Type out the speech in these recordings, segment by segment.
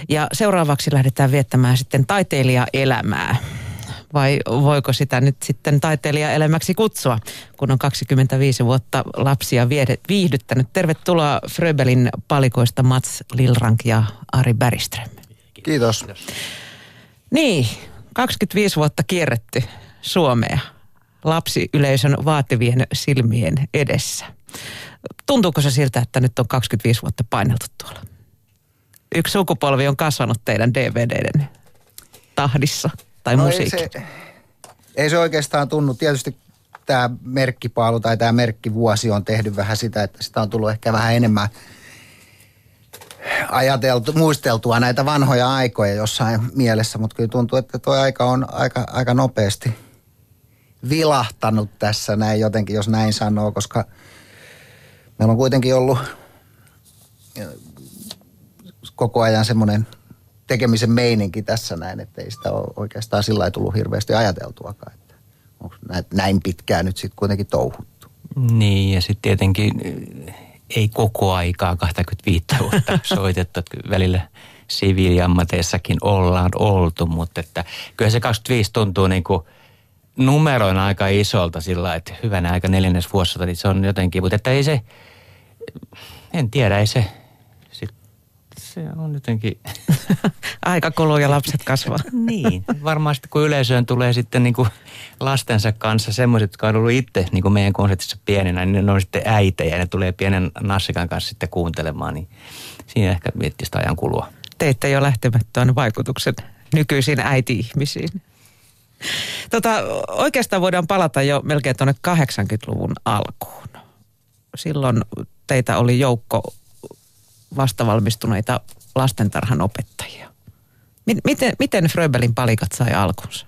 Ja seuraavaksi lähdetään viettämään sitten taiteilijaelämää. Vai voiko sitä nyt sitten taiteilijaelämäksi kutsua, kun on 25 vuotta lapsia viihdyttänyt. Tervetuloa Fröbelin palikoista Mats Lillrank ja Ari Bergström. Kiitos. Niin, 25 vuotta kierretty Suomea lapsiyleisön vaativien silmien edessä. Tuntuuko se siltä, että nyt on 25 vuotta paineltu tuolla? Yksi sukupolvi on kasvanut teidän DVD:den tahdissa tai musiikki. Ei se oikeastaan tunnu. Tietysti tämä merkkipaalu tai tämä merkkivuosi on tehnyt vähän sitä, että sitä on tullut ehkä vähän enemmän muisteltua näitä vanhoja aikoja jossain mielessä, mutta kyllä tuntuu, että tuo aika on aika nopeasti vilahtanut tässä näin jotenkin, jos näin sanoo, koska meillä on kuitenkin ollut koko ajan semmoinen tekemisen meininki tässä näin, että ei sitä ole oikeastaan sillä lailla tullut hirveästi ajateltuakaan, että onko näin pitkään nyt sitten kuitenkin touhuttu. Niin, ja sitten tietenkin ei koko aikaa 25 vuotta soitettu, että välillä siviiliammateissakin ollaan oltu, mutta että kyllä se 25 tuntuu niin kuin numeroina aika isolta sillä, että hyvänä aika 4. vuosisata, niin se on jotenkin, mutta että ei se, en tiedä, ei se on jotenkin aika kuluu ja lapset kasvaa. Niin, varmaan sitten kun yleisöön tulee sitten niin kuin lastensa kanssa semmoiset, jotka on ollut itse niin kuin meidän konsertissa pienenä, niin ne on sitten äitejä ja ne tulee pienen nassikan kanssa sitten kuuntelemaan, niin siinä ehkä miettii sitä ajan kulua. Teitte jo lähtemättöön vaikutuksen nykyisiin äiti-ihmisiin. Oikeastaan voidaan palata jo melkein tuonne 80-luvun alkuun. Silloin teitä oli joukko vastavalmistuneita lastentarhan opettajia. Miten Fröbelin palikat sai alkunsa?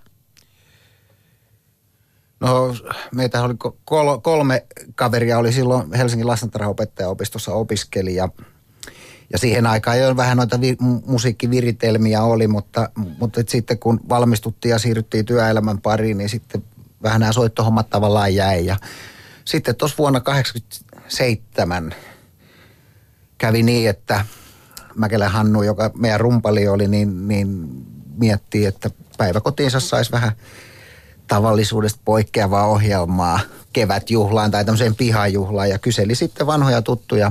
No, meitä oli 3 kaveria, oli silloin Helsingin lastentarhaopettajaopistossa opiskeli ja siihen aikaan jo vähän noita musiikkiviritelmiä oli, mutta sitten kun valmistuttiin ja siirryttiin työelämän pariin, niin sitten vähän nämä soittohommat tavallaan jäi. Ja sitten tuossa vuonna 1987 kävi niin, että Mäkelän Hannu, joka meidän rumpali oli, niin miettii, että päiväkotiinsa saisi vähän tavallisuudesta poikkeavaa ohjelmaa kevätjuhlaan tai tämmöiseen pihajuhlaan ja kyseli sitten vanhoja tuttuja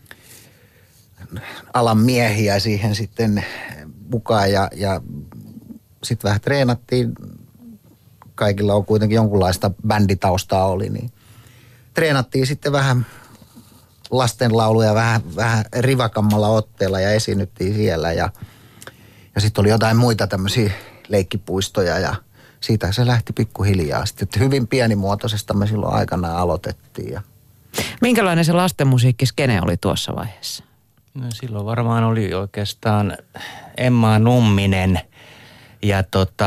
alan miehiä siihen sitten mukaan ja sitten vähän treenattiin. Kaikilla on kuitenkin jonkunlaista bänditaustaa oli, niin treenattiin sitten vähän lastenlauluja vähän rivakammalla otteella ja esiinnyttiin siellä ja sitten oli jotain muita tämmöisiä leikkipuistoja ja siitä se lähti pikkuhiljaa. Sitten hyvin pienimuotoisesta me silloin aikanaan aloitettiin. Ja minkälainen se lastenmusiikkiskene oli tuossa vaiheessa? No silloin varmaan oli oikeastaan Emma Numminen ja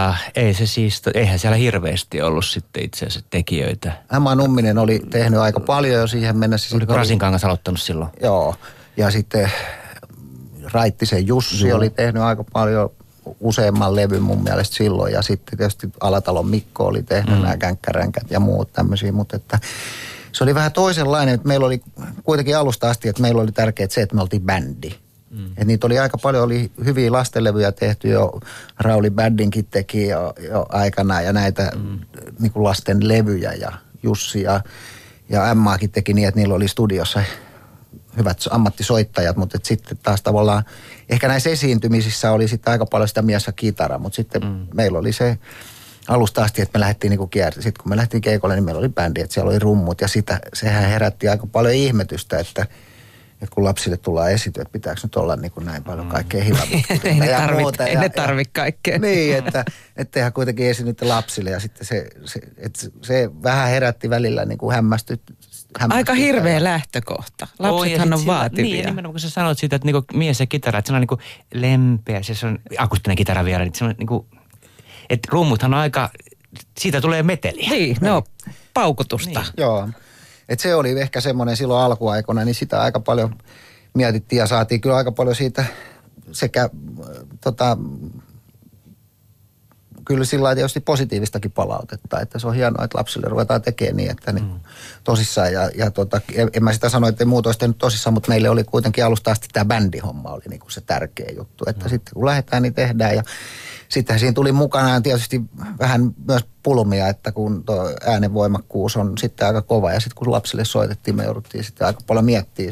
eihän siellä hirveästi ollut sitten itse asiassa tekijöitä. Emma Numminen oli tehnyt aika paljon jo siihen mennessä. Oliko Rasinkangas aloittanut silloin? Joo, ja sitten Raittisen Jussi oli tehnyt aika paljon useamman levyn mun mielestä silloin. Ja sitten tietysti Alatalon Mikko oli tehnyt nämä känkkäränkät ja muut tämmöisiä, mutta että se oli vähän toisenlainen, että meillä oli kuitenkin alusta asti, että meillä oli tärkeää se, että me oltiin bändi. Että niitä oli aika paljon, oli hyviä lastenlevyjä tehty jo, Rauli Baddinkin teki jo aikanaan ja näitä niin kuin lasten levyjä ja Jussi ja Emmaakin teki niin, että niillä oli studiossa hyvät ammattisoittajat, mutta sitten taas tavallaan ehkä näissä esiintymisissä oli sitten aika paljon sitä mies ja kitara, mutta sitten meillä oli se alusta asti, että me lähdettiin niinku sitten kun me lähdettiin keikolle, niin meillä oli bändi, että siellä oli rummut ja sehän herätti aika paljon ihmetystä, että kun lapsille tullaan esityä, että pitääkö nyt olla niin kuin näin paljon kaikkea hilavuutta. Ei ne tarvitse kaikkea. Niin, etteihän kuitenkin esiinnytte lapsille ja sitten se vähän herätti välillä niin kuin hämmästyttä. Aika hirveä lähtökohta. Lapsethan on vaativia. Niin, nimenomaan kun sä sanoit siitä, että niinku mies ja kitara, että se on niinku lempeä, se on akustinen kitara vielä, niin se on niinku, että rummuthan on aika, siitä tulee meteliä. Niin, no paukutusta. Niin. Joo. Että se oli ehkä semmoinen silloin alkuaikoina, niin sitä aika paljon mietittiin ja saatiin kyllä aika paljon siitä sekä kyllä sillä lailla tietysti positiivistakin palautetta, että se on hienoa, että lapsille ruvetaan tekemään niin, että niin tosissaan. En mä sitä sano, että ei muut olisi tehnyt tosissaan, mutta meille oli kuitenkin alusta asti tämä bändihomma oli niin kuin se tärkeä juttu, että sitten kun lähdetään, niin tehdään ja sitten siinä tuli mukanaan tietysti vähän myös pulmia, että kun tuo äänenvoimakkuus on sitten aika kova ja sitten kun lapsille soitettiin, me jouduttiin sitten aika paljon miettimään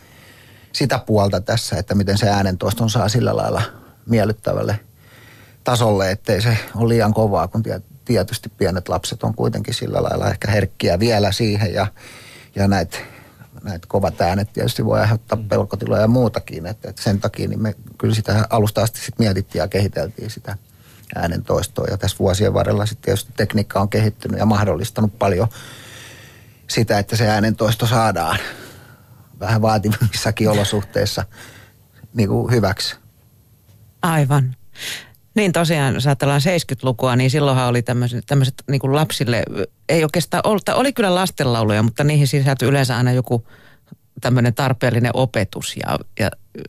sitä puolta tässä, että miten se äänentoiston saa sillä lailla miellyttävälle tasolle, ettei se ole liian kovaa, kun tietysti pienet lapset on kuitenkin sillä lailla ehkä herkkiä vielä siihen ja näitä kovat äänet tietysti voi aiheuttaa pelkotiloja ja muutakin, että sen takia niin me kyllä sitä alusta asti sitten mietittiin ja kehiteltiin sitä äänentoistoa ja tässä vuosien varrella sitten tietysti tekniikka on kehittynyt ja mahdollistanut paljon sitä, että se äänentoisto saadaan vähän vaativissakin olosuhteissa niin kuin hyväksi. Aivan. Niin tosiaan, jos ajatellaan 70-lukua, niin silloinhan oli tämmöiset niin kuin lapsille, ei oikeastaan ollut, oli kyllä lastenlauluja, mutta niihin sisältyi yleensä aina joku tämmöinen tarpeellinen opetus ja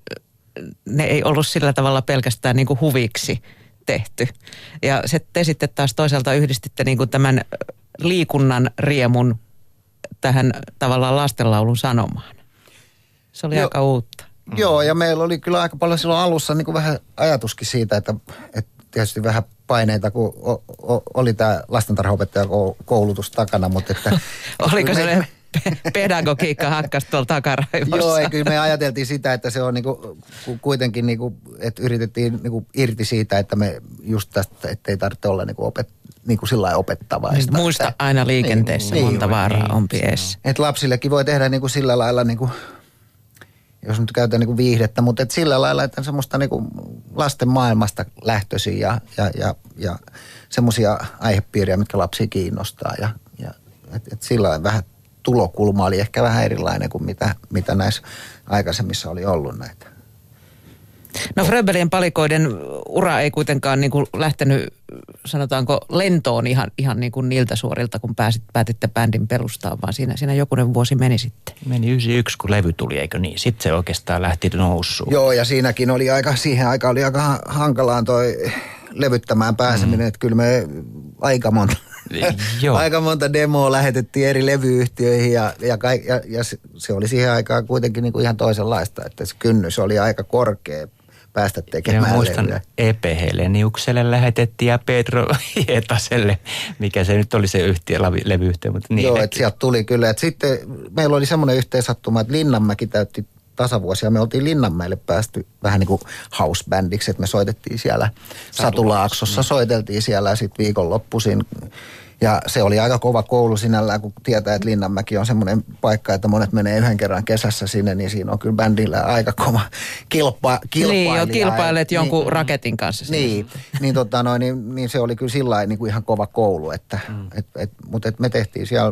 ne ei ollut sillä tavalla pelkästään niin kuin huviksi tehty. Ja te sitten taas toisaalta yhdistitte niin kuin tämän liikunnan riemun tähän tavallaan lastenlaulun sanomaan. Se oli aika uutta. Joo, ja meillä oli kyllä aika paljon silloin alussa niin kuin vähän ajatuskin siitä, että tietysti vähän paineita, kun oli tämä lastentarhaopettajakoulutus takana, mutta että... Oliko se pedagogiikka hakkas tuolla takaraivossa? Joo, kyllä me ajateltiin sitä, että se on niinku, kuitenkin, niinku, että yritettiin niinku irti siitä, että me just tästä, ettei tarvitse olla niinku sillä lailla opettavaista. Muista aina liikenteessä monta vaaraa on pies. Että lapsillekin voi tehdä niinku sillä lailla... Niinku, jos nyt käytetään niin kuin viihdettä, mutta et sillä lailla, että on semmoista niin kuin lasten maailmasta lähtöisin ja semmoisia aihepiiriä, mitkä lapsia kiinnostaa. Et sillä lailla vähän tulokulma oli ehkä vähän erilainen kuin mitä näissä aikaisemmissa oli ollut näitä. No Fröbelin palikoiden ura ei kuitenkaan niin kuin lähtenyt, sanotaanko, lentoon ihan niin kuin niiltä suorilta, kun päätitte bändin perustaa, vaan siinä jokunen vuosi meni sitten. Meni 91, kun levy tuli, eikö niin? Sitten se oikeastaan lähti noussuun. Joo, ja siinäkin oli siihen aikaan oli aika hankalaan toi levyttämään pääseminen, että kyllä me aika monta demoa lähetettiin eri levyyhtiöihin ja se oli siihen aikaan kuitenkin niin kuin ihan toisenlaista, että se kynnys oli aika korkea päästä tekemään. Ja muistan Epe Heleniukselle lähetettiin ja Pedro Hietaselle, mikä se nyt oli se levyyhtiö. Mutta niin joo, että sieltä tuli kyllä. Et sitten meillä oli semmoinen yhteensattuma, että Linnanmäki täytti tasavuosia. Me oltiin Linnanmäelle päästy vähän niin kuin house-bändiksi, että me soitettiin siellä Satulaaksossa, soiteltiin siellä sitten viikonloppuisin. Ja se oli aika kova koulu sinällään, kun tietää, että Linnanmäki on semmoinen paikka, että monet menee yhden kerran kesässä sinne, niin siinä on kyllä bändillä aika kova kilpailija. Niin, jo kilpailet jonkun raketin kanssa. Niin se oli kyllä sillain niin kuin ihan kova koulu, mutta me tehtiin siellä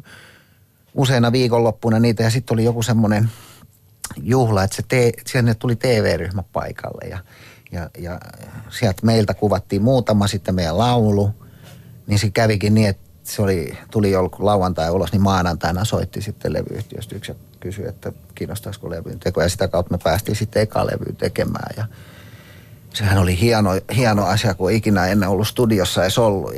useina viikonloppuna niitä ja sitten oli joku semmoinen juhla, että sinne tuli TV-ryhmä paikalle ja sieltä meiltä kuvattiin muutama sitten meidän laulu. Niin se kävikin niin, että tuli joku lauantai ulos, niin maanantaina soitti sitten levyyhtiöstä yksi ja kysyi, että kiinnostaisiko levyyn teko. Ja sitä kautta me päästiin sitten eka levyyn tekemään. Ja sehän oli hieno asia, kun ikinä ennen ollut studiossa edes ollut.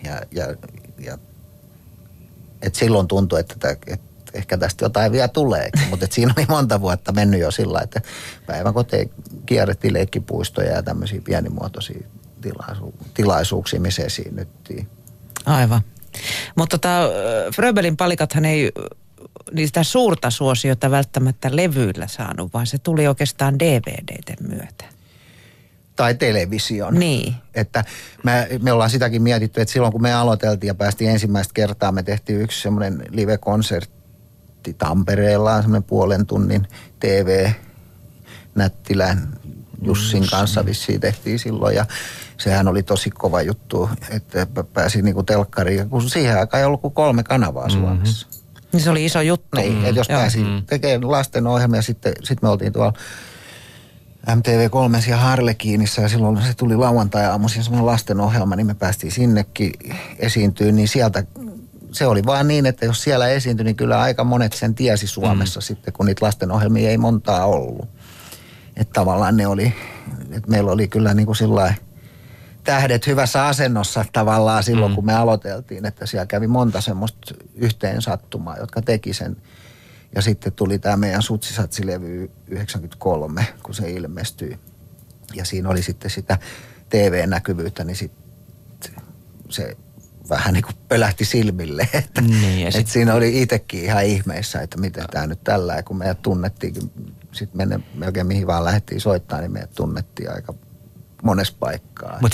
Et silloin tuntui, että ehkä tästä jotain vielä tulee. Mutta siinä oli monta vuotta mennyt jo sillä, että päiväkoteja kierrettiin leikkipuistoja ja tämmöisiä pienimuotoisia tilaisuuksia, missä esiinnyttiin. Aivan. Mutta Fröbelin palikathan ei niistä suurta suosiota välttämättä levyillä saanut, vaan se tuli oikeastaan DVD:ten myötä. Tai television. Niin. Että me ollaan sitäkin mietitty, että silloin kun me aloiteltiin ja päästiin ensimmäistä kertaa, me tehtiin yksi semmoinen live-konsertti Tampereella, semmoinen 0,5 tunnin TV Nättilän Jussin kanssa vissiin tehtiin silloin ja sehän oli tosi kova juttu, että pääsi niinku telkkariin, kun siihen aikaan ei ollut kuin 3 kanavaa Suomessa. Niin se oli iso juttu. Niin, että jos pääsi tekemään lastenohjelmia, sitten me oltiin tuolla MTV3 ja Harlekiinissa ja silloin se tuli lauantai-aamuisin semmoinen lastenohjelma, niin me päästiin sinnekin esiintyyn, niin sieltä se oli vaan niin, että jos siellä esiintyi, niin kyllä aika monet sen tiesi Suomessa sitten, kun niitä lastenohjelmia ei montaa ollut. Että tavallaan ne oli, että meillä oli kyllä niin kuin sillain tähdet hyvässä asennossa tavallaan silloin, kun me aloiteltiin, että siellä kävi monta semmoista yhteen sattumaa, jotka teki sen. Ja sitten tuli tämä meidän Sutsisatsi-levy 93, kun se ilmestyi. Ja siinä oli sitten sitä TV-näkyvyyttä, niin sitten se vähän niin kuin pölähti silmille. Että, että siinä oli itsekin ihan ihmeissä, että miten tämä nyt tällä. Ja kun meidät tunnettiin, sitten melkein mihin vaan lähdettiin soittaa, niin meidät tunnettiin aika monessa paikkaa. Mutta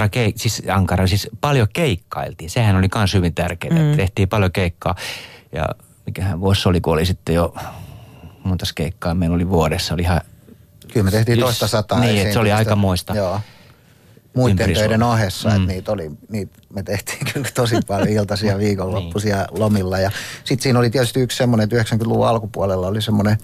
siis paljon keikkailtiin. Sehän oli myös hyvin tärkeää, että tehtiin paljon keikkaa. Ja mikähän vuosi oli, kun oli sitten jo monta keikkaa. Meillä oli vuodessa, oli ihan... Kyllä me tehtiin 200. Niin, että se oli aika moista. Joo. Muiden töiden ohessa, että niitä me tehtiin kyllä tosi paljon iltaisia, viikonloppuisia lomilla. Ja sitten siinä oli tietysti yksi semmoinen, että 90-luvun alkupuolella oli semmoinen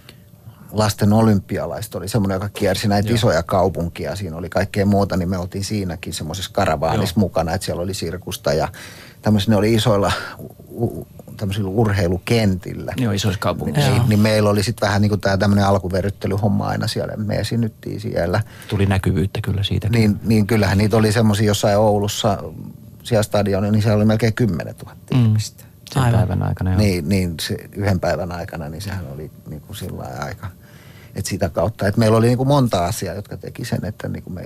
lasten olympialaiset, oli semmoinen, joka kiersi näitä isoja kaupunkia. Siinä oli kaikkea muuta, niin me oltiin siinäkin semmoisessa karavaanissa mukana, että siellä oli sirkusta ja tämmöisiä, ne oli isoilla tämmöisillä urheilukentillä. Joo, isoissa kaupungeissa. Niin meillä oli sitten vähän niin kuin tämä tämmöinen alkuverryttelyhomma aina siellä. Me esiinnyttiin siellä. Tuli näkyvyyttä kyllä siitäkin. Niin kyllähän niitä oli semmoisia jossain Oulussa, siellä stadionilla, niin siellä oli melkein 10 000 ihmistä. Sen päivän aikana, joo. Niin se yhden päivän aikana, niin sehän oli niin kuin sillä aika. Että sitä kautta, että meillä oli niin kuin monta asiaa, jotka teki sen, että niin kuin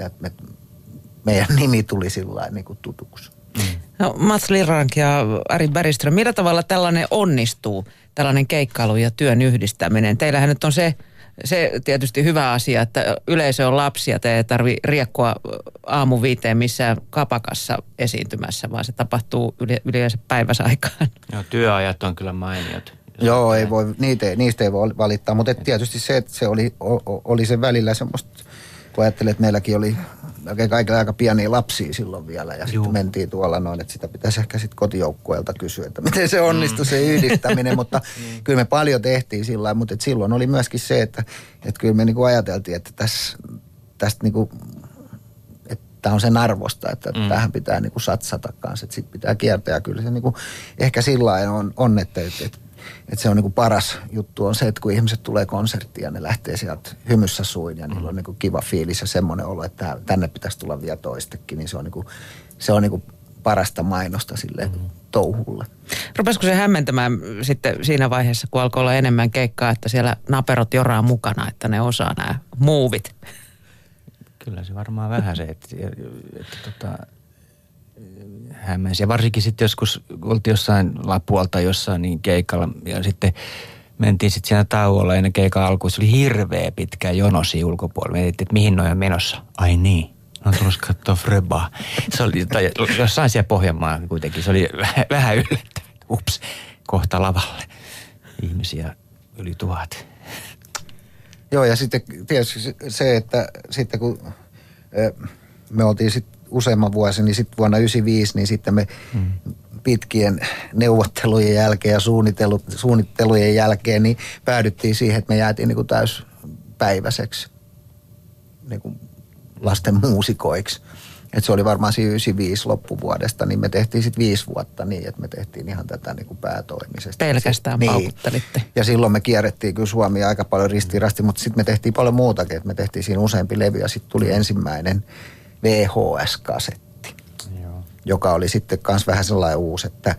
meidän nimi tuli sillä niin kuin tutuksi. No, Mats Lirrank ja Ari Bergström, millä tavalla tällainen onnistuu, tällainen keikkailu ja työn yhdistäminen? Teillähän nyt on se tietysti hyvä asia, että yleisö on lapsia, te ei tarvitse riekkoa aamu 5 missään kapakassa esiintymässä, vaan se tapahtuu yleensä päiväsaikaan. Joo, työajat on kyllä mainiot. Joo, ei voi, niistä ei voi valittaa, mutta tietysti se, että se oli se välillä semmoista, kun ajattelin, että meilläkin oli kaikilla aika pieniä lapsia silloin vielä ja sitten mentiin tuolla noin, että sitä pitäisi ehkä sitten kotijoukkueelta kysyä, että miten se onnistui se yhdistäminen, mutta kyllä me paljon tehtiin sillä lailla, mutta silloin oli myöskin se, että kyllä me niinku ajateltiin, että tästä niinku, että tämä on sen arvosta, että tähän pitää niinku satsata kanssa, että sitten pitää kiertää ja kyllä se niinku, ehkä sillä lailla on, että se on niinku paras juttu on se, että kun ihmiset tulee konserttiin ja ne lähtee sieltä hymyssä suin ja niillä on niinku kiva fiilis ja semmoinen olo, että tänne pitäisi tulla vielä toistekin, niin se on niinku parasta mainosta sille touhulle. Rupesiko se hämmentämään sitten siinä vaiheessa, kun alkoi olla enemmän keikkaa, että siellä naperot joraa mukana, että ne osaa nämä muuvit? Kyllä se varmaan vähän se, että hämmensi. Ja varsinkin sitten joskus oltiin jossain Lapualta jossain niin keikalla ja sitten mentiin sitten siinä tauolla ennen keikan alkuun. Se oli hirveä pitkä jono siinä ulkopuolella. Me mietittiin, että mihin noi on menossa. Ai niin, no on tulossa katsoa Frebaa. Se oli jossain siellä Pohjanmaalla kuitenkin. Se oli vähän yllättävää. Ups, kohta lavalle. Ihmisiä yli 1000. Joo, ja sitten tietysti se, että sitten kun me oltiin sitten useamman vuosin, niin sitten vuonna 1995, niin sitten me pitkien neuvottelujen jälkeen ja suunnittelujen jälkeen, niin päädyttiin siihen, että me jäätiin niin kuin täyspäiväiseksi niin kuin lasten muusikoiksi. Että se oli varmaan siinä 95 loppuvuodesta, niin me tehtiin sitten 5 vuotta niin, että me tehtiin ihan tätä niin kuin päätoimisesti. Pelkästään paukuttelitte. Ja silloin me kierrettiin kyllä Suomia aika paljon ristirasti, mutta sitten me tehtiin paljon muutakin, että me tehtiin siinä useampi levy ja sitten tuli ensimmäinen VHS-kasetti, joka oli sitten kans vähän sellainen uusi, että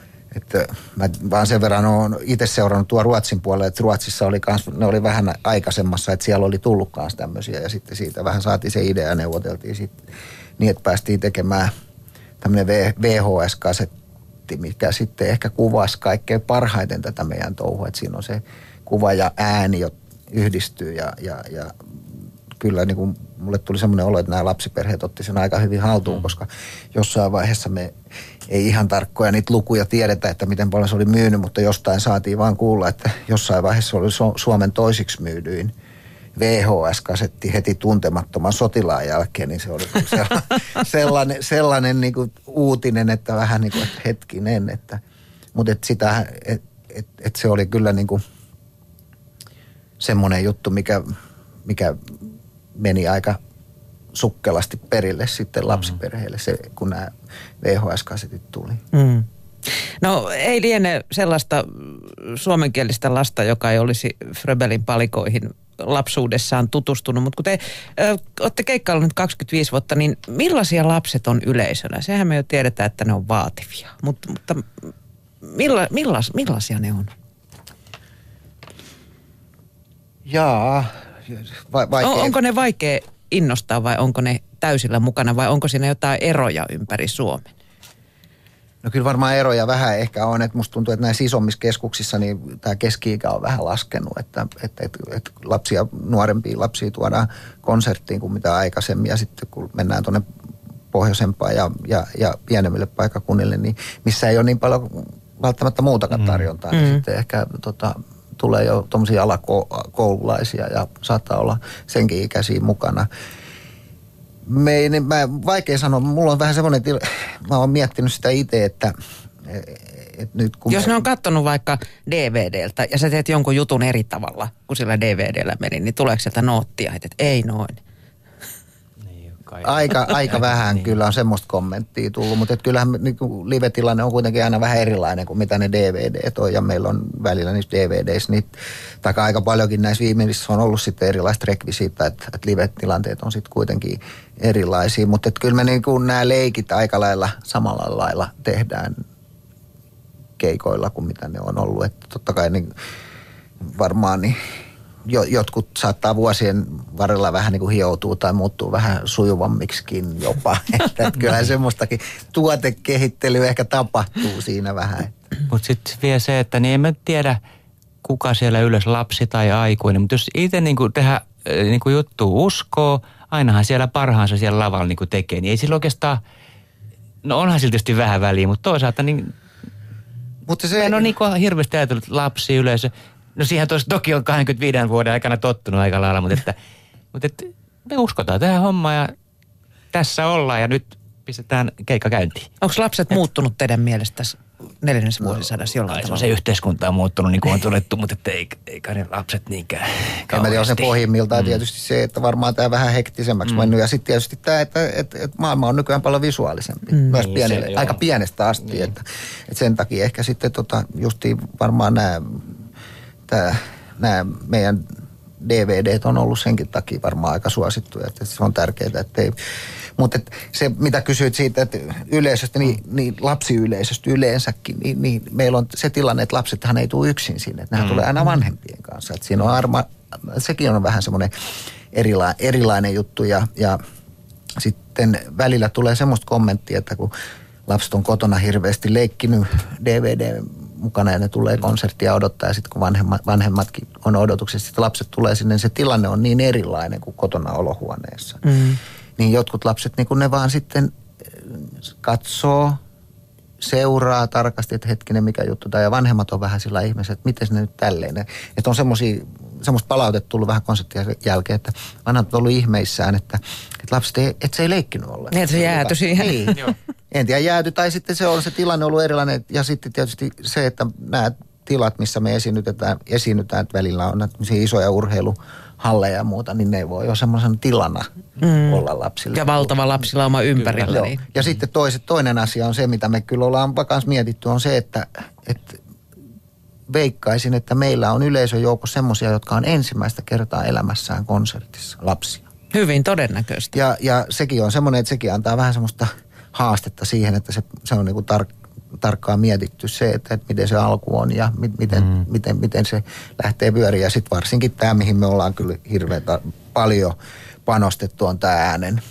mä vaan sen verran oon itse seurannut tuo Ruotsin puolelle, että Ruotsissa ne oli vähän aikaisemmassa, että siellä oli tullut kans tämmöisiä ja sitten siitä vähän saatiin se idea ja neuvoteltiin sitten niin, että päästiin tekemään tämmöinen VHS-kasetti, mikä sitten ehkä kuvasi kaikkein parhaiten tätä meidän touhua, että siinä on se kuva ja ääni yhdistyy ja kyllä niin kuin mulle tuli semmoinen olo, että nämä lapsiperheet otti sen aika hyvin haltuun, koska jossain vaiheessa me ei ihan tarkkoja niitä lukuja tiedetä, että miten paljon se oli myynyt, mutta jostain saatiin vaan kuulla, että jossain vaiheessa oli Suomen toisiksi myydyin VHS-kasetti heti Tuntemattoman sotilaan jälkeen, niin se oli sellainen niin kuin uutinen, että vähän niin kuin, että hetkinen, mutta että se oli kyllä niin kuin semmoinen juttu, mikä meni aika sukkelasti perille sitten lapsiperheille, kun nämä VHS-kasetit tuli. No ei liene sellaista suomenkielistä lasta, joka ei olisi Fröbelin palikoihin lapsuudessaan tutustunut, mutta kun te olette keikkaillut nyt 25 vuotta, niin millaisia lapset on yleisöllä? Sehän me jo tiedetään, että ne on vaativia, mutta millaisia ne on? Jaa, vaikea. Onko ne vaikea innostaa vai onko ne täysillä mukana vai onko siinä jotain eroja ympäri Suomen? No kyllä varmaan eroja vähän ehkä on, että musta tuntuu, että näissä isommissa keskuksissa niin tämä keski-ikä on vähän laskenut, että lapsia, nuorempia lapsia tuodaan konserttiin kuin mitä aikaisemmin ja sitten kun mennään tuonne pohjoisempaan ja pienemmille paikkakunnille, niin missä ei ole niin paljon välttämättä muutakaan tarjontaa, niin sitten ehkä tulee jo tuommoisia alakoululaisia ja saattaa olla senkin ikäisiä mukana. Vaikea sanoa, mulla on vähän semmoinen, mä oon miettinyt sitä itse, että nyt kun... Jos ne on kattonut vaikka DVDltä ja sä teet jonkun jutun eri tavalla kuin sillä DVDllä meni, niin tuleeko sieltä noottia, että ei noin? Aika vähän kyllä on semmoista kommenttia tullut, mutta kyllähän niin live-tilanne on kuitenkin aina vähän erilainen kuin mitä ne DVDt on ja meillä on välillä niissä DVDissä aika paljonkin näissä viimeisissä on ollut sitten erilaista rekvisiittaa, että live-tilanteet on sitten kuitenkin erilaisia, mutta kyllä me niin kuin nämä leikit aika lailla samalla lailla tehdään keikoilla kuin mitä ne on ollut, että totta kai niin varmaan niin jotkut saattaa vuosien varrella vähän niin kuin hioutua tai muuttuu vähän sujuvammiksikin jopa. Että kyllähän semmoistakin tuotekehittelyä ehkä tapahtuu siinä vähän. Mutta sitten vielä se, että niin en mä tiedä kuka siellä ylös, lapsi tai aikuinen. Mutta jos itse niin tehdä niin juttua uskoo, ainahan siellä parhaansa siellä lavalla niin tekee, niin ei sillä oikeastaan, no onhan sillä tietysti vähän väliä, mutta toisaalta niin, mutta se en ole niin hirveästi ajatellut lapsi yleisö. No siihen toki on 25 vuoden aikana tottunut aika lailla, mutta me uskotaan tähän hommaan ja tässä ollaan ja nyt pistetään keikka käyntiin. Onko lapset muuttunut teidän mielestä 4. vuosisadassa jollain tavalla? Se yhteiskunta on muuttunut niin kuin on todettu, mutta eikä ne lapset niinkään kauheasti. Ja se pohjimmiltaan tietysti se, että varmaan tämä vähän hektisemmäksi mennyt. Ja sitten tietysti tämä, että maailma on nykyään paljon visuaalisempi. Myös pienelle, aika pienestä asti. Että sen takia ehkä sitten justiin varmaan nämä meidän DVDt on ollut senkin takia varmaan aika suosittuja, että se on tärkeää, ettei... Mutta se, mitä kysyit siitä, että yleisöstä, niin lapsiyleisöstä yleensäkin, niin meillä on se tilanne, että lapsethan ei tule yksin sinne, että nehän tulee aina vanhempien kanssa. Että siinä on sekin on vähän semmoinen erilainen juttu ja sitten välillä tulee semmoista kommenttia, että kun lapset on kotona hirveästi leikkinyt DVD mukana ja ne tulee konserttia odottaa ja sitten kun vanhemmatkin on odotuksessa, sitten lapset tulee sinne, niin se tilanne on niin erilainen kuin kotona olohuoneessa. Niin jotkut lapset, niin kun ne vaan sitten katsoo, seuraa tarkasti, että hetkinen mikä juttu, ja vanhemmat on vähän sillä ihmeessä, että miten ne nyt tälleen. Että on semmoista palautetta tullut vähän konserttien jälkeen, että vanhat on ollut ihmeissään, että lapset se ei leikkinyt ollenkaan. Niin, että se jääty siihen. Niin. En tiedä jääty, tai sitten se on se tilanne ollut erilainen, ja sitten tietysti se, että nämä tilat, missä me esiinnytään, että välillä on isoja urheiluhalleja ja muuta, niin ne voi jo semmoisen tilana olla lapsille. Ja valtava lapsilauma ympärillä. Niin. Ja sitten toinen asia on se, mitä me kyllä ollaan kans mietitty, on se, että veikkaisin, että meillä on yleisöjoukko semmoisia, jotka on ensimmäistä kertaa elämässään konsertissa lapsia. Hyvin todennäköistä. Ja sekin on semmoinen, että sekin antaa vähän semmoista haastetta siihen, että se on niinku tarkkaan mietitty se, että miten se alku on ja miten se lähtee pyöriin. Ja sitten varsinkin tämä, mihin me ollaan kyllä hirveän paljon panostettu, on tämä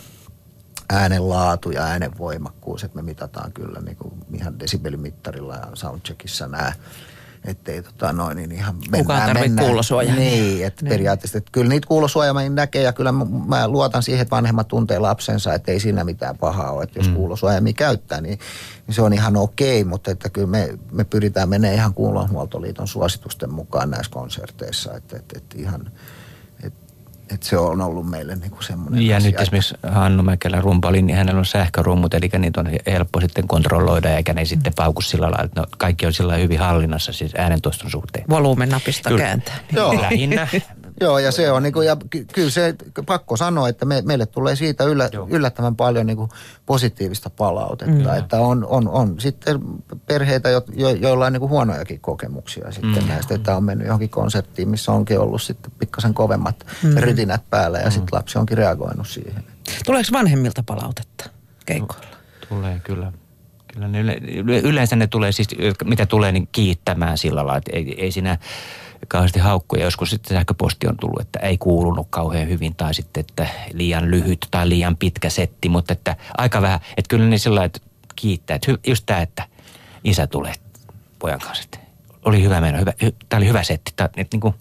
äänen laatu ja äänen voimakkuus. Että me mitataan kyllä niinku ihan desibelimittarilla ja soundcheckissa nämä. Ettei niin ihan kukaan tarvitse kuulosuojaa. Niin, että periaatteessa, että kyllä niitä kuulosuojaa näkee ja kyllä mä luotan siihen, että vanhemmat tuntee lapsensa, että ei siinä mitään pahaa ole. Että jos kuulosuojaimia käyttää, niin se on ihan okei, mutta että kyllä me pyritään menemään ihan Kuulonhuoltoliiton suositusten mukaan näissä konserteissa, että ihan... Että se on ollut meille niinku semmoinen ja asia. Nyt esimerkiksi Hannu Mäkelä rumpalin, niin hänellä on sähkörummut, eli niitä on helppo sitten kontrolloida, eikä ne sitten pauku sillä lailla, että kaikki on sillä hyvin hallinnassa, siis äänentoiston suhteen. Volumenapista kääntää. Joo. Lähinnä Joo, ja se on niinku, ja kyllä se pakko sanoa, että meille tulee siitä yllättävän paljon niinku positiivista palautetta, että on sitten perheitä, joilla on niinku huonojakin kokemuksia sitten näistä, että on mennyt johonkin konserttiin, missä onkin ollut sitten pikkasen kovemmat rytinät päällä ja sitten lapsi onkin reagoinut siihen. Tuleeko vanhemmilta palautetta keikoilla? Tulee kyllä. Kyllä yleensä ne tulee siis, mitä tulee, niin kiittämään sillä lailla, että ei siinä kauheasti haukkuja. Joskus sitten sähköposti on tullut, että ei kuulunut kauhean hyvin tai sitten, että liian lyhyt tai liian pitkä setti, mutta että aika vähän. Että kyllä niin sillä lailla, että kiittää. Että just tämä, että isä tulee pojan kanssa, että oli hyvä meno, tämä oli hyvä setti. Tämä niin kuin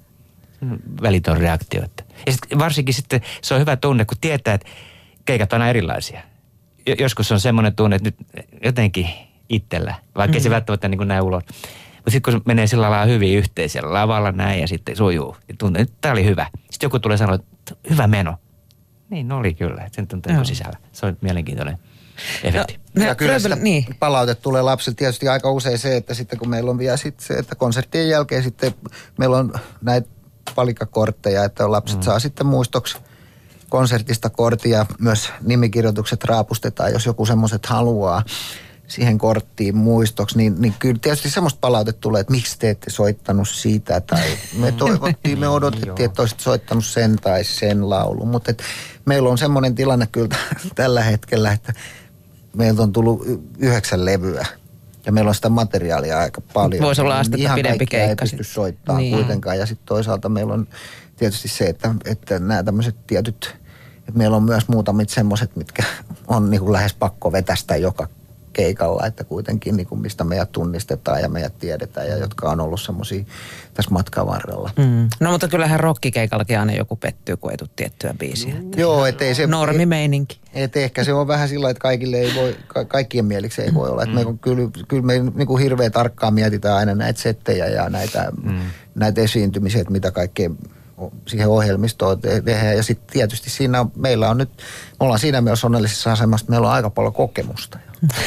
välitön reaktio. Ja sitten varsinkin sitten se on hyvä tunne, kun tietää, että keikat on aina erilaisia. Joskus on semmoinen tunne, että nyt jotenkin itsellä, vaikka se välttämättä niin kuin näin ulos. Mutta sitten kun menee sillä lailla hyvin yhteen siellä lavalla näin ja sitten sujuu, niin tuntuu, että tämä oli hyvä. Sitten joku tulee sanoa, että hyvä meno. Niin oli kyllä, sen tuntuu sisällä. Se on mielenkiintoinen efekti. Ja kyllä sitä palaute tulee lapsille tietysti aika usein se, että sitten kun meillä on vielä sitten se, että konserttien jälkeen sitten meillä on näitä palikkakortteja, että lapset saa sitten muistoksi konsertista kortin ja myös nimikirjoitukset raapustetaan, jos joku semmoiset haluaa siihen korttiin muistoksi, niin kyllä tietysti semmoista palautetta tulee, että miksi te ette soittanut siitä, tai me toivottiin, me odotettiin, että olisit soittanut sen tai sen laulun, mutta meillä on semmoinen tilanne kyllä tällä hetkellä, että meiltä on tullut 9 levyä, ja meillä on sitä materiaalia aika paljon. Voisi olla astetta pidempi keikka. Ei pysty soittamaan kuitenkaan, ja sitten toisaalta meillä on tietysti se, että nämä tämmöiset tietyt, että meillä on myös muutamit semmoiset, mitkä on niin kuin lähes pakko vetästä joka keikalla, että kuitenkin niin kuin mistä meidät tunnistetaan ja meidät tiedetään ja jotka on ollut semmoisia tässä matkan varrella. No mutta kyllähän rockikeikallakin aina joku pettyy, kun ei tule tiettyä biisiä. Joo, ettei se... Normimeininki. Et ehkä se on vähän sillä, että kaikille ei voi, kaikkien mieliksi ei voi olla. Että me kyllä me niin kuin hirveän tarkkaan mietitään aina näitä settejä ja näitä esiintymisiä, että mitä kaikkea siihen ohjelmistoon tehdään. Ja sitten tietysti siinä meillä on nyt, me ollaan siinä myös onnellisessa asemassa, että meillä on aika paljon kokemusta.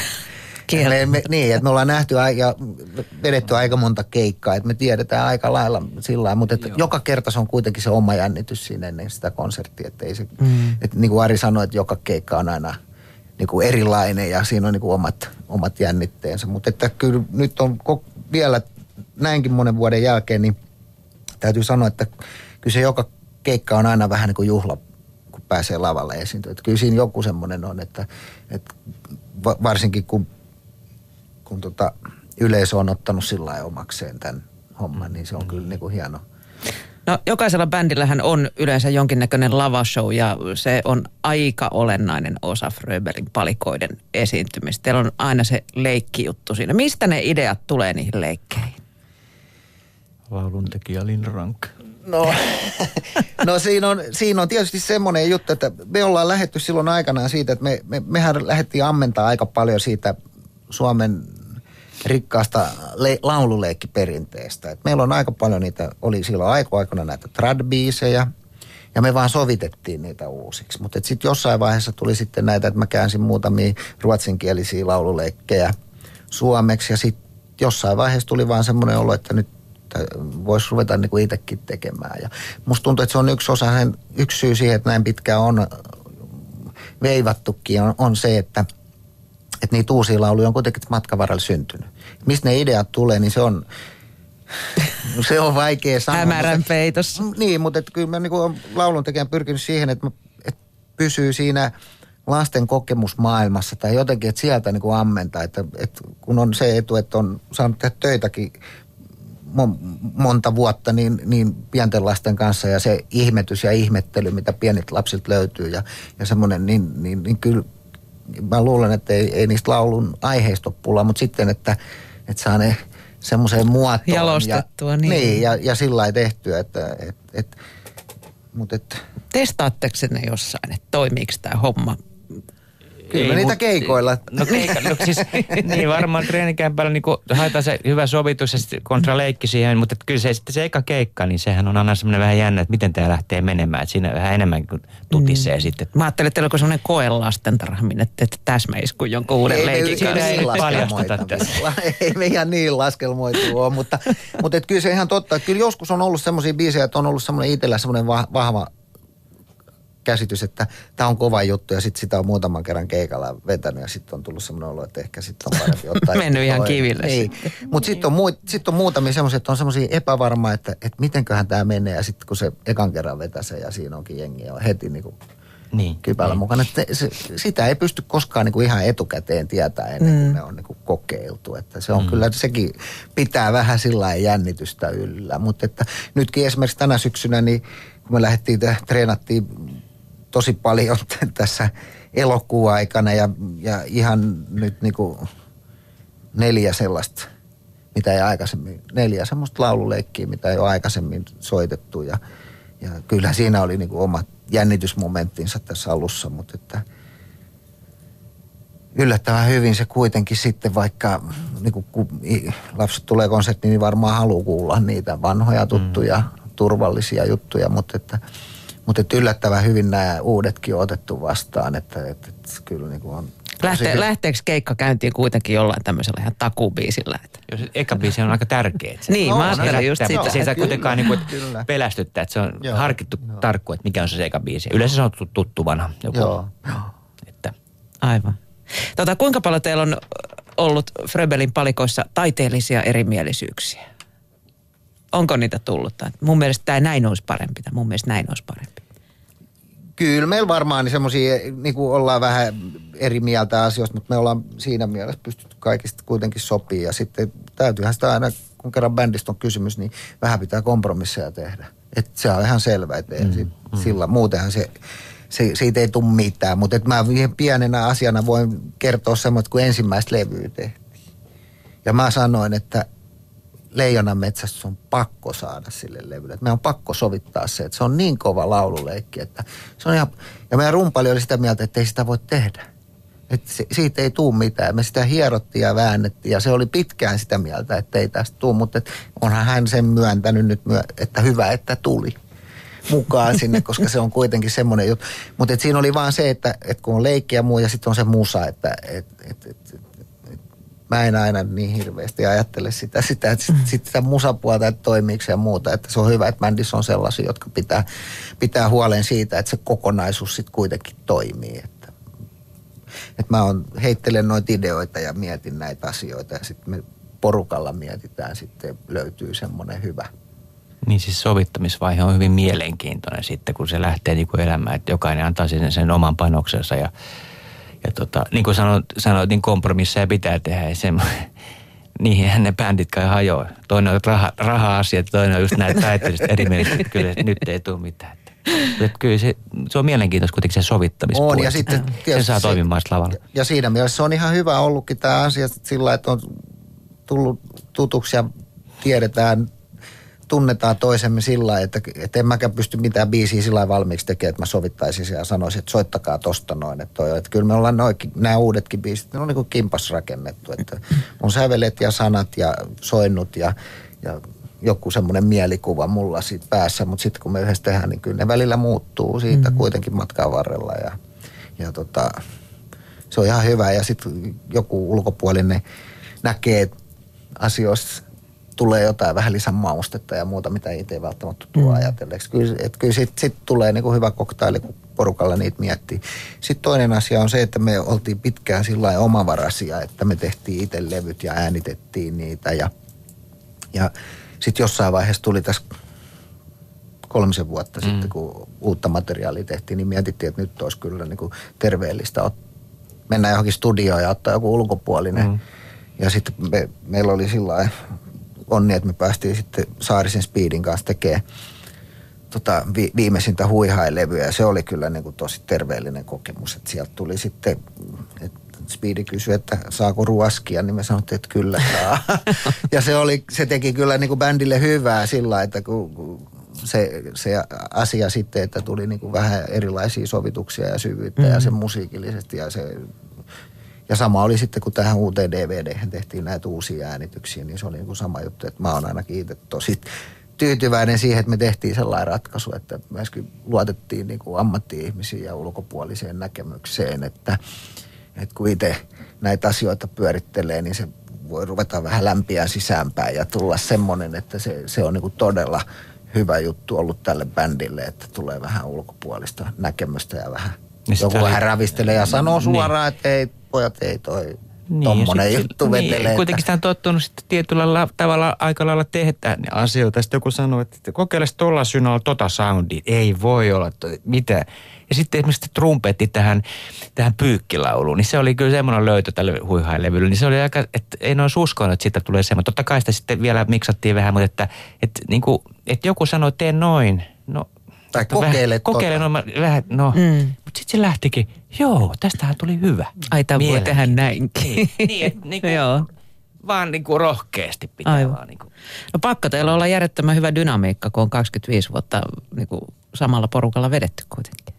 Niin, että me ollaan nähty ja vedetty aika monta keikkaa, että me tiedetään aika lailla sillä lailla, mutta joka kerta se on kuitenkin se oma jännitys siinä ennen sitä konserttia. Että ei se, että niin kuin Ari sanoi, että joka keikka on aina niin kuin erilainen ja siinä on niin kuin omat jännitteensä. Mutta että kyllä nyt on vielä näinkin monen vuoden jälkeen, niin täytyy sanoa, että kyllä se joka keikka on aina vähän niin kuin juhla, kun pääsee lavalle esiintyä. Että kyllä siinä joku semmoinen on, että varsinkin kun yleisö on ottanut sillä lailla omakseen tämän homman, niin se on kyllä niin kuin hieno. No jokaisella bändillähän on yleensä jonkinnäköinen lavashow ja se on aika olennainen osa Fröbergin palikoiden esiintymistä. Teillä on aina se leikkijuttu siinä. Mistä ne ideat tulee niihin leikkeihin? Lauluntekijä Linn Rank. No siinä on tietysti semmoinen juttu, että me ollaan lähdetty silloin aikanaan siitä, että mehän lähdettiin ammentaa aika paljon siitä Suomen rikkaasta laululeikkiperinteestä. Et meillä on aika paljon niitä, oli silloin aikoina näitä trad-biisejä, ja me vaan sovitettiin niitä uusiksi. Mutta sitten jossain vaiheessa tuli sitten näitä, että mä käänsin muutamia ruotsinkielisiä laululeikkejä suomeksi, ja sitten jossain vaiheessa tuli vaan semmoinen olo, että nyt voisi ruveta niin kuin itsekin tekemään. Ja musta tuntuu, että se on yksi syy siihen, että näin pitkään on veivattukin, on se, että niitä uusia lauluja on kuitenkin matkan varrella syntynyt. Mistä ne ideat tulee, niin se on vaikea sanoa. Hämärän peitossa. Niin, mutta kyllä mä niin kuin lauluntekijän pyrkinyt siihen, että pysyy siinä lasten kokemusmaailmassa tai jotenkin, että sieltä niin kuin ammentaa. Että kun on se etu, että on saanut tehdä töitäkin monta vuotta niin pienten lasten kanssa ja se ihmetys ja ihmettely, mitä pienet lapsilta löytyy ja semmoinen, niin kyllä mä luulen, että ei niistä laulun aiheista ole pulaa, mutta sitten, että saa ne semmoiseen muotoon. Jalostettua, niin. Ja sillä lailla tehtyä, Testaatteko ne jossain, että toimiiko tämä homma? Kyllä niitä keikoilla. No siis niin varmaan treenikämpällä niin haetaan se hyvä sovitus ja sitten kontra leikki siihen, mutta kyllä se eka keikka, niin sehän on aina semmoinen vähän jännä, että miten tämä lähtee menemään. Että siinä vähän enemmän kuin tutisee sitten. Mä ajattelin, että onko semmoinen koelastentarha, minne teette täsmäisku jonkun uuden leikin kanssa. Ei paljasteta tässä. Ei me ihan niin laskelmoitu ole, mutta kyllä se ihan totta, että kyllä joskus on ollut semmoisia biisejä, että on ollut semmoinen itsellä semmoinen vahva käsitys, että tämä on kova juttu ja sitten sitä on muutaman kerran keikalla vetänyt ja sitten on tullut semmoinen olo, että ehkä sitten on parempi ottaa. Mennyt ihan kiville. Niin. Mutta sitten on muutamia semmoisia, että on semmoisia epävarmaa, että mitenköhän tämä menee ja sitten kun se ekan kerran vetäsee ja siinä onkin jengiä on heti kypällä mukana. Että sitä ei pysty koskaan ihan etukäteen tietää ennen kuin ne on kokeiltu. Että se on kyllä, sekin pitää vähän sillä jännitystä yllä. Mutta että nytkin esimerkiksi tänä syksynä, niin kun me treenattiin tosi paljon tässä elokuun aikana ja ihan nyt 4 sellaista, mitä ei aikaisemmin, 4 semmoista laululeikkiä, mitä ei ole aikaisemmin soitettu ja kyllä siinä oli omat jännitysmomenttinsa tässä alussa, mutta että yllättävän hyvin se kuitenkin sitten, vaikka kun lapset tulee konserttiin, niin varmaan haluaa kuulla niitä vanhoja tuttuja, turvallisia juttuja, mutta että yllättävän hyvin nämä uudetkin on otettu vastaan, että kyllä on... Lähteekö keikka käyntiin kuitenkin jollain tämmöisellä ihan takubiisillä? Jos eka biisi on aika tärkeä. Niin, mä ajattelin just sitä. Se ei saa kuitenkaan pelästyttää, että se on harkittu tarkku, että mikä on se eka biisi. Yleensä se on tuttu vanha joku. Joo. Että. Aivan. Kuinka paljon teillä on ollut Fröbelin palikoissa taiteellisia erimielisyyksiä? Onko niitä tullut? Mun mielestä tämä näin olisi parempi, tai mun mielestä näin olisi parempi. Kyllä meillä varmaan niin semmoisia, ollaan vähän eri mieltä asioista, mutta me ollaan siinä mielessä pystytty kaikista kuitenkin sopii. Ja sitten täytyyhän sitä aina, kun kerran bändistä on kysymys, niin vähän pitää kompromisseja tehdä. Että se on ihan selvä, että sillä muutenhan siitä ei tule mitään. Mutta mä pienenä asiana voin kertoa semmoista, kun ensimmäistä levyä tehtiin. Ja mä sanoin, että Leijonan metsästys on pakko saada sille levylle. Että meidän on pakko sovittaa se, että se on niin kova laululeikki, että se on ihan... Ja meidän rumpali oli sitä mieltä, että ei sitä voi tehdä. Että siitä ei tule mitään. Me sitä hierottiin ja väännettiin ja se oli pitkään sitä mieltä, että ei tästä tule. Mutta onhan hän sen myöntänyt nyt, että hyvä, että tuli mukaan sinne, koska se on kuitenkin semmoinen juttu. Mutta siinä oli vaan se, että kun on leikki ja muu ja sitten on se musa, että mä en aina niin hirveästi ajattele sitä että sitä musapuolta, että toimiiko ja muuta. Että se on hyvä, että bändissä on sellaisia, jotka pitää huolen siitä, että se kokonaisuus sitten kuitenkin toimii. Että mä heittelen noita ideoita ja mietin näitä asioita ja sitten me porukalla mietitään sitten, löytyy semmoinen hyvä. Niin siis sovittamisvaihe on hyvin mielenkiintoinen sitten, kun se lähtee elämään, että jokainen antaa sen oman panoksensa ja niin kuin sanoit, niin kompromisseja pitää tehdä. Niihinhän ne bändit kai hajoaa. Toinen on raha-asiat, toinen on just näitä taiteellista erimielistä. Kyllä nyt ei tule mitään. Kyllä se on mielenkiintoista kuitenkin se sovittamispuoli. On ja sitten sen saa toimimaan lavalla. Ja siinä mielessä se on ihan hyvä ollutkin tämä asia sillä, että on tullut tutuksi ja tunnetaan toisemme sillä lailla, että en mäkään pysty mitään biisiä sillä lailla valmiiksi tekemään, että mä sovittaisin ja sanoisin, että soittakaa tosta noin. Että kyllä me ollaan nämä uudetkin biisit, ne on niin kuin kimpas rakennettu. Että on sävelet ja sanat ja soinnut ja joku semmoinen mielikuva mulla siitä päässä, mutta sitten kun me yhdessä tehdään, niin kyllä ne välillä muuttuu siitä kuitenkin matkan varrella. Ja se on ihan hyvä ja sitten joku ulkopuolinen näkee asioista, tulee jotain vähän lisän maustetta ja muuta, mitä itse ei välttämättä tule ajatelleeksi. Kyllä sit tulee niin kuin hyvä koktaili, kun porukalla niitä miettii. Sitten toinen asia on se, että me oltiin pitkään sillä lailla omavaraisia, että me tehtiin itse levyt ja äänitettiin niitä. Ja sitten jossain vaiheessa tuli tässä 3 vuotta sitten, kun uutta materiaalia tehtiin, niin mietittiin, että nyt olisi kyllä niin kuin terveellistä mennä johonkin studioon ja ottaa joku ulkopuolinen. Ja sitten meillä oli sillä lailla onni, että me päästiin sitten Saarisen Speedin kanssa tekemään viimeisintä Huihai-levyä. Ja se oli kyllä niin kuin tosi terveellinen kokemus. Että sieltä tuli sitten, että Speedi kysyi, että saako ruoskia, niin me sanottiin, että kyllä saa. Ja se teki kyllä niin kuin bändille hyvää sillä, että kun se asia sitten, että tuli niin kuin vähän erilaisia sovituksia ja syvyyttä ja se musiikillisesti ja sama oli sitten, kun tähän uuteen DVD:hen tehtiin näitä uusia äänityksiä, niin se oli niin kuin sama juttu, että mä oon ainakin itse tosi tyytyväinen siihen, että me tehtiin sellainen ratkaisu, että myöskin luotettiin niin kuin ammatti-ihmisiin ja ulkopuoliseen näkemykseen, että kun itse näitä asioita pyörittelee, niin se voi ruveta vähän lämpiä sisäänpäin ja tulla semmoinen, että se on niin kuin todella hyvä juttu ollut tälle bändille, että tulee vähän ulkopuolista näkemystä ja vähän joku vähän ravistelee ja sanoo suoraan, että ei pojat, ei toi tommonen juttu vetelee. Kuitenkin sitä on tottunut sitten tietyllä tavalla aika lailla tehdä ne asioita. Sitten joku sanoo, että kokeile tuolla synalla tota soundia. Ei voi olla, mitä. Ja sitten esimerkiksi trumpetti tähän pyykkilauluun, niin se oli kyllä semmoinen löytö tälle huihaillevylle. Niin se oli aika, että en olisi uskonut, että siitä tulee semmoinen. Totta kai sitä sitten vielä miksattiin vähän, mutta että joku sanoi, tee noin. No, tai kokeile vähän, mutta sitten se lähtikin, tästähän tuli hyvä. Ai, tämä voi tehdä näinkin. Niin, joo. Vaan niin kuin rohkeasti pitää aivan. Vaan niin kuin. No pakko teillä olla järjettömän hyvä dynamiikka, kun on 25 vuotta niin kuin samalla porukalla vedetty kuitenkin.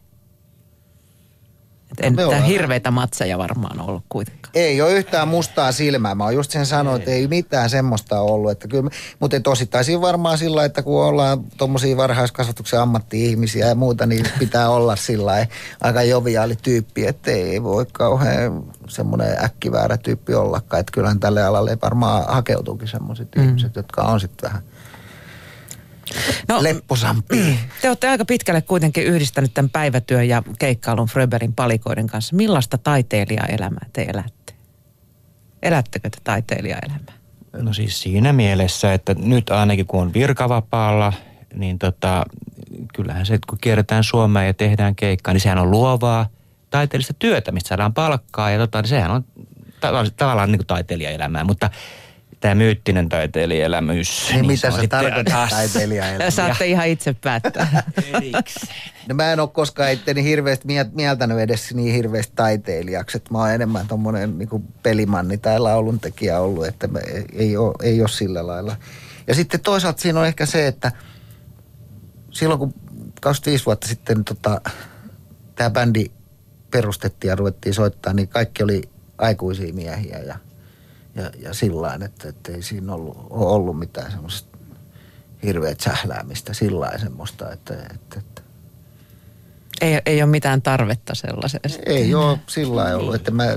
Tämä hirveitä matseja varmaan ollut kuitenkaan. Ei ole yhtään mustaa silmää. Mä oon just sen sanonut, että ei mitään semmoista ollut. Että kyllä, mutta osittain siinä varmaan sillä, että kun ollaan tommosia varhaiskasvatuksen ammatti-ihmisiä ja muuta, niin pitää olla sillä aika joviaali tyyppi, että ei voi kauhean semmoinen äkkiväärä tyyppi ollakaan. Että kyllähän tälle alalle varmaan hakeutuukin semmoiset ihmiset, jotka on sitten vähän lepposampia. Te olette aika pitkälle kuitenkin yhdistänyt tämän päivätyön ja keikkailun Fröbergin palikoiden kanssa. Millaista taiteilijaelämää te elätte? Elättekö te taiteilijaelämää? No siis siinä mielessä, että nyt ainakin kun on virkavapaalla, niin kyllähän se, kun kierretään Suomea ja tehdään keikkaa, niin sehän on luovaa taiteellista työtä, mistä saadaan palkkaa. Ja niin sehän on tavallaan niin kuin taiteilijaelämää, mutta tämä myyttinen taiteilijaelämys. Niin mitä sä tarkoitat taiteilijaelämää? Saatte ihan itse päättää. No mä en ole koskaan itteni hirveästi mieltänyt edes niin hirveästi taiteilijaksi. Että mä oon enemmän tommonen niin kuin pelimanni tai lauluntekijä ollut, että ei ole sillä lailla. Ja sitten toisaalta siinä on ehkä se, että silloin kun 25 vuotta sitten tämä bändi perustettiin ja ruvettiin soittaa, niin kaikki oli aikuisia miehiä ja sillain, että ei siinä ollut mitään semmoista hirveät sähläämistä, sillain semmoista, että Ei ole mitään tarvetta sellaiseen. Ei ole sillain ollut, että mä.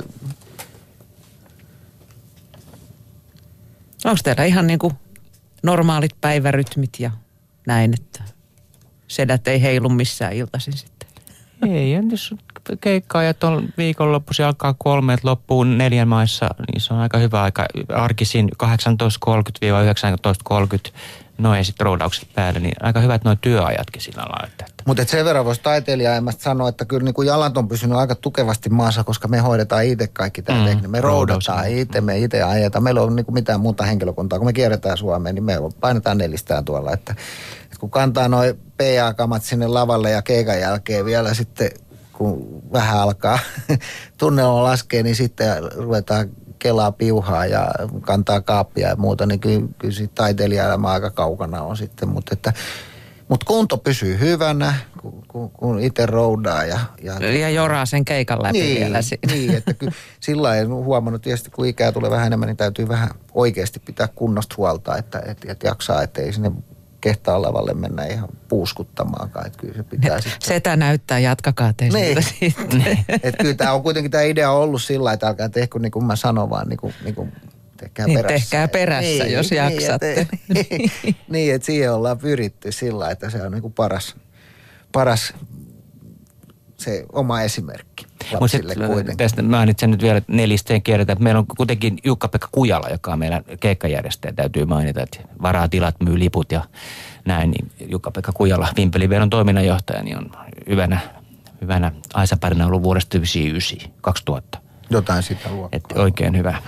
Onko teillä ihan niin kuin normaalit päivärytmit ja näin, että sedät ei heilu missään iltaisin sitten? Ei, jos keikkaajat on viikonloppuisin alkaa 3, loppuun 4 maissa, niin se on aika hyvä aika. Arkisin 18.30-19.30, ja sitten roudaukset päälle, niin aika hyvät nuo työajatkin sillä lailla. Mutta sen verran voisi taiteilijaimasta sanoa, että kyllä niin kuin jalat on pysynyt aika tukevasti maassa, koska me hoidetaan itse kaikki tämä tekninen. Me roudataan itse, me itse ajetaan. Meillä on niin kuin mitään muuta henkilökuntaa, kun me kierretään Suomeen, niin me painetaan nelistään tuolla, että kun kantaa noi PA-kamat sinne lavalle ja keikan jälkeen vielä sitten, kun vähän alkaa tunnelma laskee, niin sitten ruvetaan kelaa piuhaa ja kantaa kaappia ja muuta, niin kyllä siitä taiteilijaelämä aika kaukana on sitten. Mutta kunto pysyy hyvänä, kun itse roudaa. Ja joraa sen keikan läpi vielä siinä. Niin, että kyllä sillä lailla huomannut tietysti, kun ikää tulee vähän enemmän, niin täytyy vähän oikeasti pitää kunnosta huolta, että jaksaa, että ei sinne kehtaa lavalle mennä ihan puuskuttamaankaan, että kyllä se pitää sitten. Setä näyttää, jatkakaa te siitä sitten. Että kyllä tämä on kuitenkin tämä idea ollut sillä lailla, että älkää tehkö niin kuin mä sanon, vaan niin kuin tehkää niin, perässä. Tehkää perässä, jos jaksatte. Niin, että siihen ollaan pyritty sillä lailla, että se on niin kuin paras se oma esimerkki lapsille kuitenkin. Tästä mainitsen nyt vielä nelisteen kierretään, että meillä on kuitenkin Jukka-Pekka Kujala, joka on meidän keikkajärjestäjä, täytyy mainita, että varaa tilat, myy liput ja näin. Niin Jukka-Pekka Kujala, Vimpeliveron toiminnanjohtaja, niin on hyvänä aisaparina ollut vuodesta 2000. Jotain sitä luokkaa. Että oikein hyvä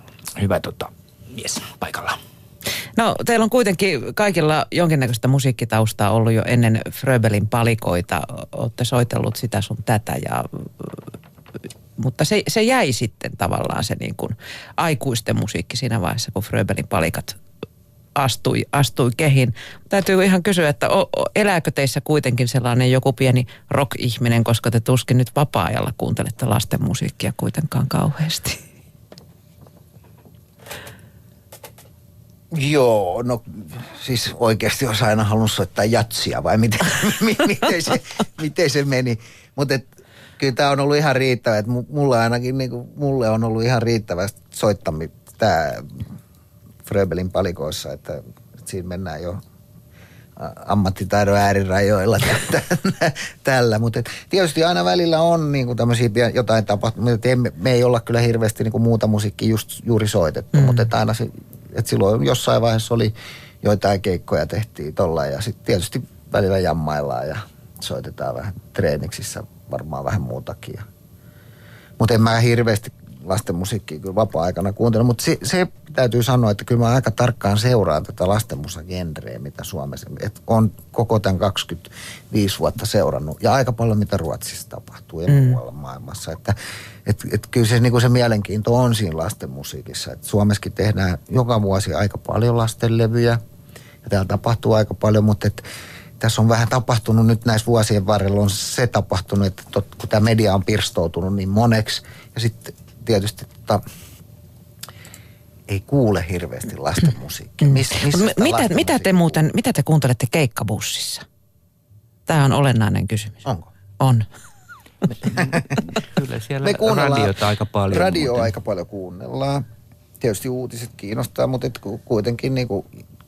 mies paikalla. No, teillä on kuitenkin kaikilla jonkinnäköistä musiikkitaustaa ollut jo ennen Fröbergin palikoita. Olette soitellut sitä sun tätä, mutta se jäi sitten tavallaan se niin kuin aikuisten musiikki siinä vaiheessa, kun Fröbergin palikat astui kehin. Täytyy ihan kysyä, että elääkö teissä kuitenkin sellainen joku pieni rock-ihminen, koska te tuskin nyt vapaa-ajalla kuuntelette lasten musiikkia kuitenkaan kauheasti. Joo, no siis oikeasti olisi aina halunnut soittaa jatsia vai miten se meni. Mutta kyllä tämä on ollut ihan riittävä, että mulle on ollut ihan riittävästi soittamista tämä Fröbelin palikoissa, että siinä mennään jo ammattitaidon äärirajoilla tällä. Mutta tietysti aina välillä on niinku tämmöisiä jotain tapahtumia, että me ei olla kyllä hirveästi niinku muuta musiikkia juuri soitettu, mutta aina että silloin jossain vaiheessa oli joitain keikkoja tehtiin tolla ja sitten tietysti välillä jammaillaan ja soitetaan vähän treeniksissä varmaan vähän muutakin. Mutta en mä hirveästi lasten musiikkia kyllä vapaa-aikana kuuntele, mutta se täytyy sanoa, että kyllä mä aika tarkkaan seuraan tätä lastenmusagenreä, mitä Suomessa, että on koko tämän 25 vuotta seurannut ja aika paljon mitä Ruotsissa tapahtuu ja muualla maailmassa, että kyllä se, niin kuin se mielenkiinto on siinä lastenmusiikissa, että Suomessakin tehdään joka vuosi aika paljon lastenlevyjä ja täällä tapahtuu aika paljon, mutta tässä on vähän tapahtunut nyt näissä vuosien varrella on se tapahtunut, että kun tämä media on pirstoutunut niin moneksi ja sitten tietysti ei kuule hirveästi lasten musiikkia. Mitä te kuuntelette keikkabussissa? Tämä on olennainen kysymys. Onko? On. Kyllä siellä radiota aika paljon. Radioa aika paljon kuunnellaan. Tietysti uutiset kiinnostaa, mutta kuitenkin niinku.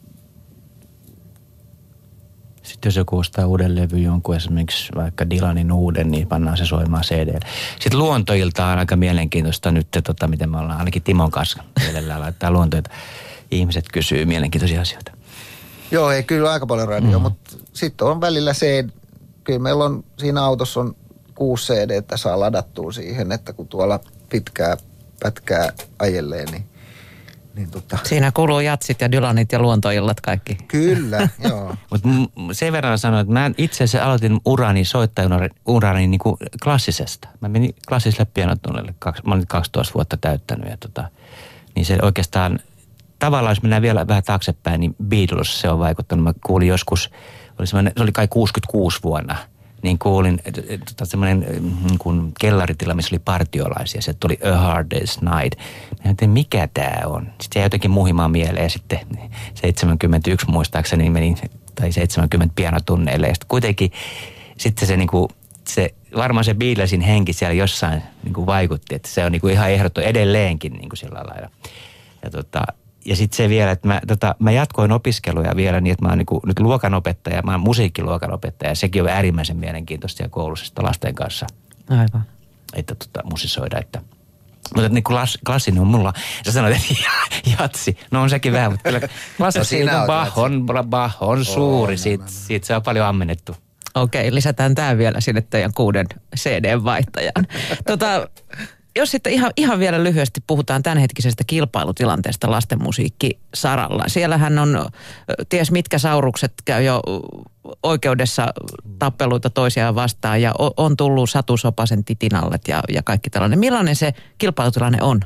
Sitten jos joku ostaa uuden levy jonkun esimerkiksi vaikka Dylanin uuden, niin pannaan se soimaan CD-lle. Sitten luontoilta on aika mielenkiintoista nyt, miten me ollaan, ainakin Timon kanssa mielellään laittaa luontoilta. Ihmiset kysyy mielenkiintoisia asioita. Joo, ei kyllä aika paljon radio, mutta sitten on välillä kyllä meillä on siinä autossa on 6 CD, että saa ladattua siihen, että kun tuolla pitkää pätkää ajelee, niin Siinä kuuluu jatsit ja Dylanit ja luontoillat kaikki. Kyllä, joo. Mutta sen verran sanoin, että mä itse asiassa aloitin urani niin kuin klassisesta. Mä menin klassiselle pianotunnelle. Mä olin 12 vuotta täyttänyt. Niin se oikeastaan, tavallaan jos mennään vielä vähän taaksepäin, niin Beatles se on vaikuttanut. Mä kuulin joskus, se oli kai 66 vuonna. Niin kuulin semmoinen niin kellaritila, missä oli partiolaisia. Se tuli A Hard Day's Night. Mä ajattelin, mikä tää on? Sitten se jäi jotenkin muhimaan mieleen. Ja sitten 71 muistaakseni menin, tai 70 pianotunneille. Ja sitten kuitenkin sitten se, niin kuin, varmaan se Beatlesin henki siellä jossain niin kuin vaikutti. Että se on niin kuin ihan ehdoton edelleenkin niin kuin sillä lailla. Ja sitten se vielä, että mä jatkoin opiskeluja vielä niin, että mä oon niinku nyt luokanopettaja, mä oon musiikkiluokanopettaja. Sekin on äärimmäisen mielenkiintoista siellä koulussa lasten kanssa. Aivan. Että musisoida, mutta niin kuin klassinen on mulla, sä sanoit, että jatsi, no on sekin vähän, mutta kyllä klassinen Bach on suuri, siitä se on paljon ammennettu. Okei, lisätään tämä vielä sinne teidän 6 CD-vaihtajaan. Jos sitten ihan vielä lyhyesti puhutaan tämänhetkisestä kilpailutilanteesta lastenmusiikkisaralla. Siellähän on ties mitkä saurukset käy jo oikeudessa tappeluita toisiaan vastaan ja on tullut Satu Sopasen titinallet ja kaikki tällainen. Millainen se kilpailutilanne on?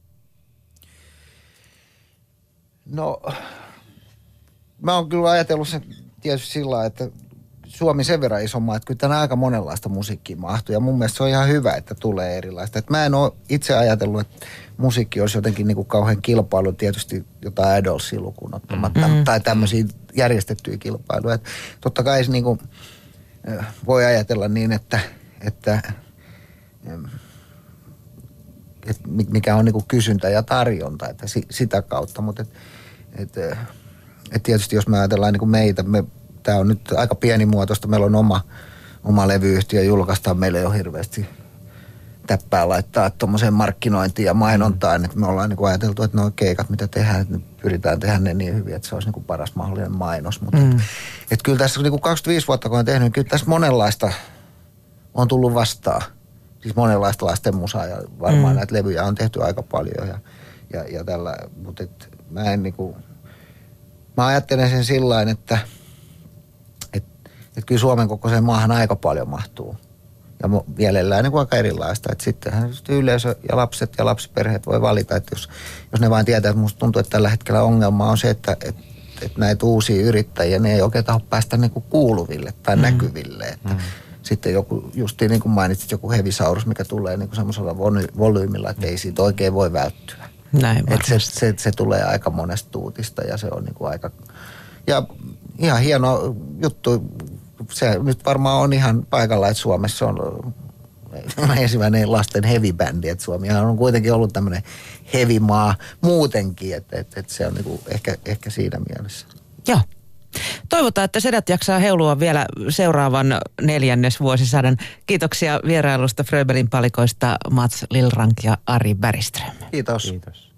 No, mä oon kyllä ajatellut sen tietysti sillä lailla, että Suomi sen verran iso maa, että kyllä tänään aika monenlaista musiikkia mahtuu ja mun mielestä se on ihan hyvä, että tulee erilaista. Että mä en ole itse ajatellut, että musiikki olisi jotenkin niin kuin kauhean kilpailu, tietysti jotain Idolsia lukuun ottamatta tai tämmöisiä järjestettyjä kilpailuja. Että totta kai se niin kuin, voi ajatella niin, että mikä on niin kuin kysyntä ja tarjonta, että sitä kautta, mutta tietysti jos me ajatellaan niin kuin meitä, tämä on nyt aika pienimuotoista. Meillä on oma levyyhtiö, julkaistaan meille jo hirveästi täppää laittaa tuommoiseen markkinointiin ja mainontaan. Että me ollaan niin kuin ajateltu, että nuo keikat, mitä tehdään, että pyritään tehdä ne niin hyvin, että se olisi niin kuin paras mahdollinen mainos. Mutta että kyllä tässä niin kuin 25 vuotta, kun olen tehnyt, niin kyllä tässä monenlaista on tullut vastaan. Siis monenlaista lasten musaa ja varmaan näitä levyjä on tehty aika paljon ja tällä. Mutta mä en niin kuin, mä ajattelen sen sillain, että kyllä Suomen kokoiseen maahan aika paljon mahtuu. Ja mielellään niin kuin aika erilaista. Että sittenhän yleisö ja lapset ja lapsiperheet voi valita, että jos ne vain tietää, että musta tuntuu, että tällä hetkellä ongelma on se, että näitä uusia yrittäjiä, ne ei oikein taho päästä niin kuin kuuluville tai näkyville. Että sitten joku, justiin niin kuin mainitsit, joku Hevisaurus, mikä tulee niin kuin semmoisella volyymilla, että ei siitä oikein voi välttyä. Näin että se tulee aika monesta tuutista ja se on niin kuin aika... Ja ihan hieno juttu, se nyt varmaan on ihan paikalla, että Suomessa on ensimmäinen lasten heavy-bändi, että Suomihan on kuitenkin ollut tämmöinen heavy-maa muutenkin, että se on niinku ehkä siinä mielessä. Joo. Toivotaan, että sedät jaksaa heilua vielä seuraavan 4. vuosisadan. Kiitoksia vierailusta Fröbelin palikoista Mats Lillrank ja Ari Bergström. Kiitos. Kiitos.